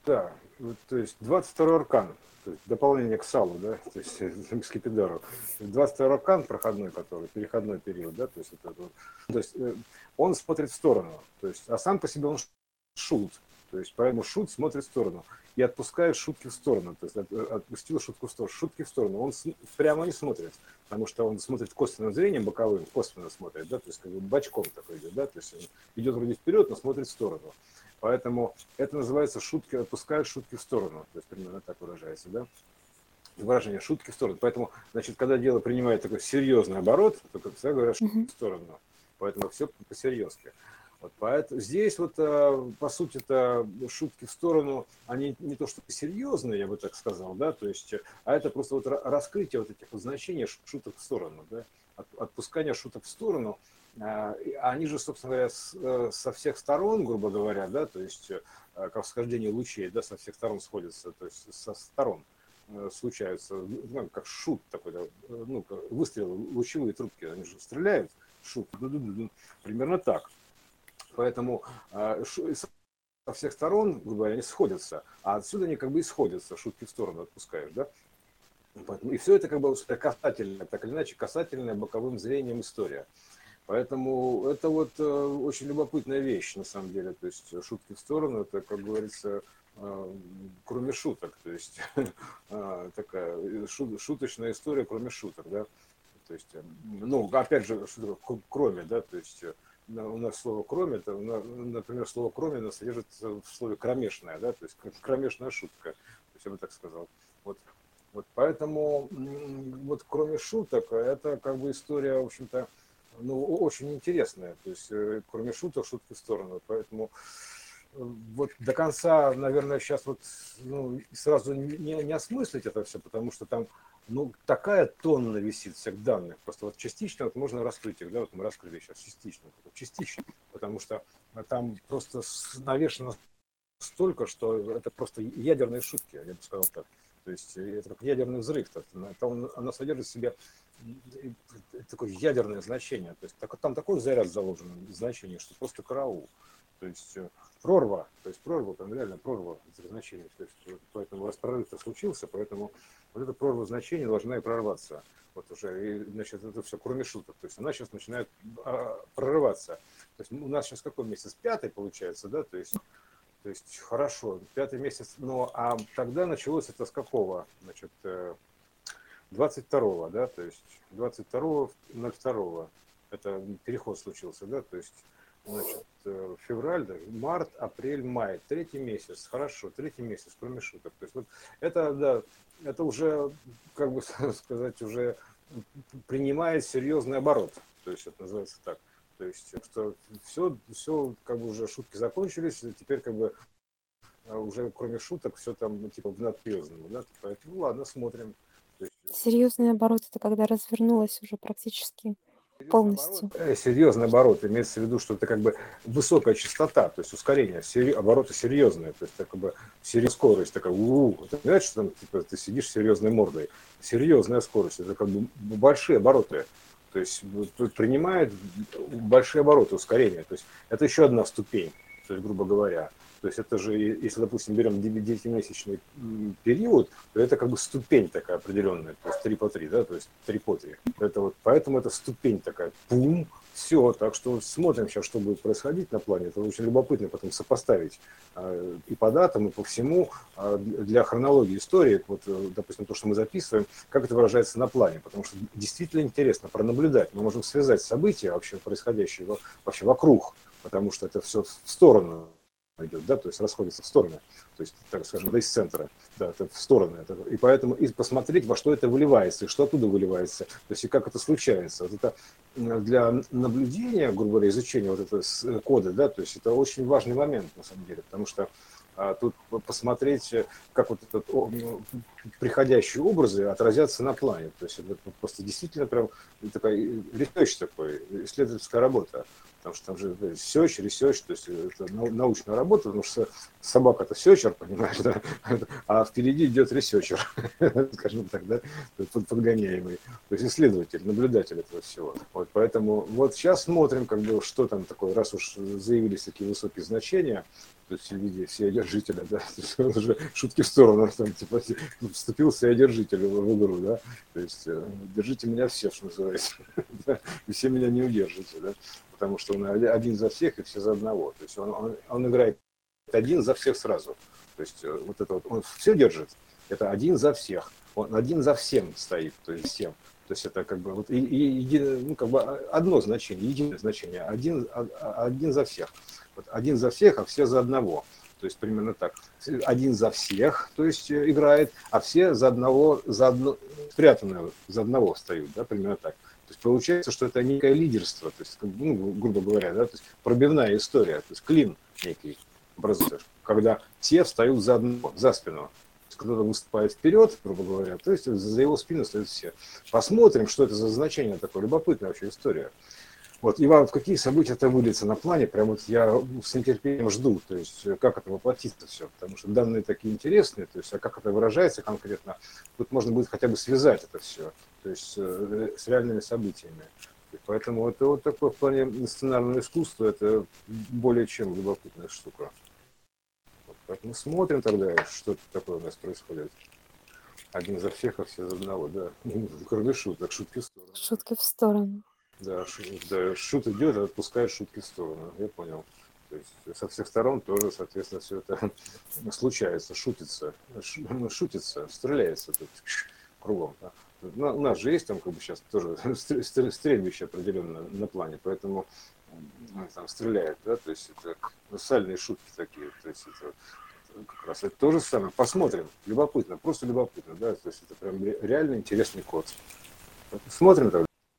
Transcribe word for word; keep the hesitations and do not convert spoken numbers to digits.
Да, вот, то есть двадцать второй аркан, то есть дополнение к салу, да, то есть э, к скипидару. двадцать второй аркан проходной, который, переходной период, да, то есть, это, вот, то есть э, он смотрит в сторону, то есть, а сам по себе он шут, то есть поэтому шут смотрит в сторону и отпускает шутки в сторону, то есть от, отпустил шутку в сторону, шутки в сторону, он с, прямо не смотрит, потому что он смотрит косвенным зрением, боковым, косвенно смотрит, да, то есть как бы бочком такой идет, да, то есть он идет вроде вперед, но смотрит в сторону. Поэтому это называется шутки, отпускают шутки в сторону. То есть примерно так выражается, да? Выражение шутки в сторону. Поэтому, значит, когда дело принимает такой серьезный оборот, то, как всегда говорят, шутки Мгм. в сторону. Поэтому все по-серьезки. Вот поэтому здесь вот, по сути, это шутки в сторону, они не то что серьезные, я бы так сказал, да, то есть, а это просто вот раскрытие вот этих вот значений шуток в сторону, да, отпускание шуток в сторону. Они же, собственно говоря, с, со всех сторон, грубо говоря, да, то есть как восхождение лучей, да, со всех сторон сходятся, то есть со сторон случаются, ну, как шут такой, да, ну, выстрелы, лучевые трубки, они же стреляют, шут, примерно так. Поэтому со всех сторон, грубо говоря, они сходятся, а отсюда они как бы и сходятся, шутки в сторону отпускаешь, да. И все это как бы касательное, так или иначе, касательное боковым зрением история. Поэтому это вот э, очень любопытная вещь, на самом деле. То есть шутки в сторону, это, как говорится, э, кроме шуток. То есть э, такая шу, шуточная история, кроме шуток, да. То есть, э, ну, опять же, кроме, да, то есть э, у нас слово кроме, это, например, слово кроме нас содержится в слове кромешная, да, то есть кромешная шутка, то есть я бы так сказал. Вот, вот поэтому вот кроме шуток, это как бы история, в общем-то, ну, очень интересная. То есть, кроме шуток, шутки в сторону. Поэтому вот до конца, наверное, сейчас вот ну, сразу не, не осмыслить это все, потому что там ну, такая тонна висит всех данных. Просто вот частично вот можно раскрыть их, да, вот мы раскрыли сейчас частично, частично, потому что там просто навешено столько, что это просто ядерные шутки, я бы сказал так. То есть это как ядерный взрыв. Там, она содержит в себе такое ядерное значение. То есть там такой заряд заложен значение, что просто караул. То есть прорва, то есть прорва, там реально прорва значений. То есть поэтому раз прорыв-то случился, поэтому вот эта прорва значений должна и прорваться. Вот уже, и, значит, это все, кроме шуток. То есть она сейчас начинает а, прорываться. То есть у нас сейчас какой месяц? Пятый получается, да? То есть то есть хорошо, пятый месяц, но а тогда началось это с какого? Значит, двадцать второго, да, то есть двадцать второго ноль второго это переход случился, да, то есть, значит, февраль, да, март, апрель, май, третий месяц, хорошо, третий месяц, кроме шуток. То есть вот это, да, это уже, как бы сказать, уже принимает серьезный оборот, то есть это называется так. То есть, что все, все, как бы уже шутки закончились, теперь как бы уже кроме шуток все там ну, типа в надпрёзному, да, поэтому ну, ладно, смотрим. То есть, Серьезный оборот — это когда развернулась уже практически серьезный оборот, полностью. э, серьезный оборот, имеется в виду, что это как бы высокая частота, то есть ускорение, сери, обороты серьезные, то есть это как бы серьезная скорость, такая, у-у-у, ты знаешь, что там типа, ты сидишь серьезной мордой, серьезная скорость, это как бы большие обороты, то есть принимает большие обороты ускорения, то есть это еще одна ступень, то есть грубо говоря. То есть это же, если, допустим, берем девятимесячный период, то это как бы ступень такая определенная, то есть три по три, да, то есть три по три. Это вот, поэтому это ступень такая, пум, все. Так что смотрим сейчас, что будет происходить на плане. Это очень любопытно потом сопоставить э, и по датам, и по всему э, для хронологии истории, вот, э, допустим, то, что мы записываем, как это выражается на плане, потому что действительно интересно пронаблюдать. Мы можем связать события вообще происходящие вообще вокруг, потому что это все в сторону идет, да, то есть расходится в стороны, то есть, так скажем, да, из центра, да, это в стороны, это, и поэтому и посмотреть, во что это выливается, и что оттуда выливается, то есть и как это случается. Вот это для наблюдения, грубо говоря, изучения вот этого кода, да, то есть это очень важный момент на самом деле, потому что а, тут посмотреть, как вот этот о, приходящие образы отразятся на плане, то есть это просто действительно прям такая ресерч такой, исследовательская работа. Потому что там же сёч, ресерч, то есть это научная работа, потому что собака-то сёчер, понимаешь, да? А впереди идет ресерчер, скажем так, да, подгоняемый. То есть исследователь, наблюдатель этого всего. Вот. Вот, поэтому вот сейчас смотрим, как бы, что там такое, раз уж заявились такие высокие значения, то есть в виде всеодержителя, да, уже шутки в сторону, там, типа, вступил всеодержитель в, в игру, да, то есть держите меня все, что называется, да, и все меня не удержите, да, потому что он один за всех и все за одного, то есть он, он, он играет один за всех сразу, то есть вот это вот, он все держит, это один за всех, он один за всем стоит, то есть всем. То есть это как бы вот и, и, ну, как бы одно значение, единое значение, один, один за всех. Вот один за всех, а все за одного. То есть примерно так. Один за всех, то есть играет, а все за одного, за одно, спрятанные за одного встают, да, примерно так. То есть получается, что это некое лидерство, то есть, ну, грубо говоря, да, то есть пробивная история, то есть клин некий образуется, когда все встают за одного, за спину. Кто-то выступает вперед, грубо говоря, то есть за его спину стоят все. Посмотрим, что это за значение такое, любопытная вообще история. Вот, и вам в какие события это выльется на плане, прям вот я с нетерпением жду, то есть как это воплотится все, потому что данные такие интересные, то есть а как это выражается конкретно, тут можно будет хотя бы связать это все, то есть с реальными событиями. И поэтому это вот такое в плане сценарного искусства, это более чем любопытная штука. Поэтому смотрим тогда, что такое у нас происходит. Один за всех, а все за одного, да. Кроме шуток, шутки в сторону. Шутки в сторону. Да, шут, да, шут идет, а отпускает шутки в сторону. Я понял. То есть со всех сторон тоже, соответственно, все это случается, шутится, шутится, стреляется тут кругом. Да. Но у нас же есть там как бы сейчас тоже стрельбище определенно на плане, поэтому там стреляет, да, то есть это сальные шутки такие, то есть это как раз это то же самое. Посмотрим, любопытно, просто любопытно, да, то есть это прям реально интересный код. Смотрим тогда.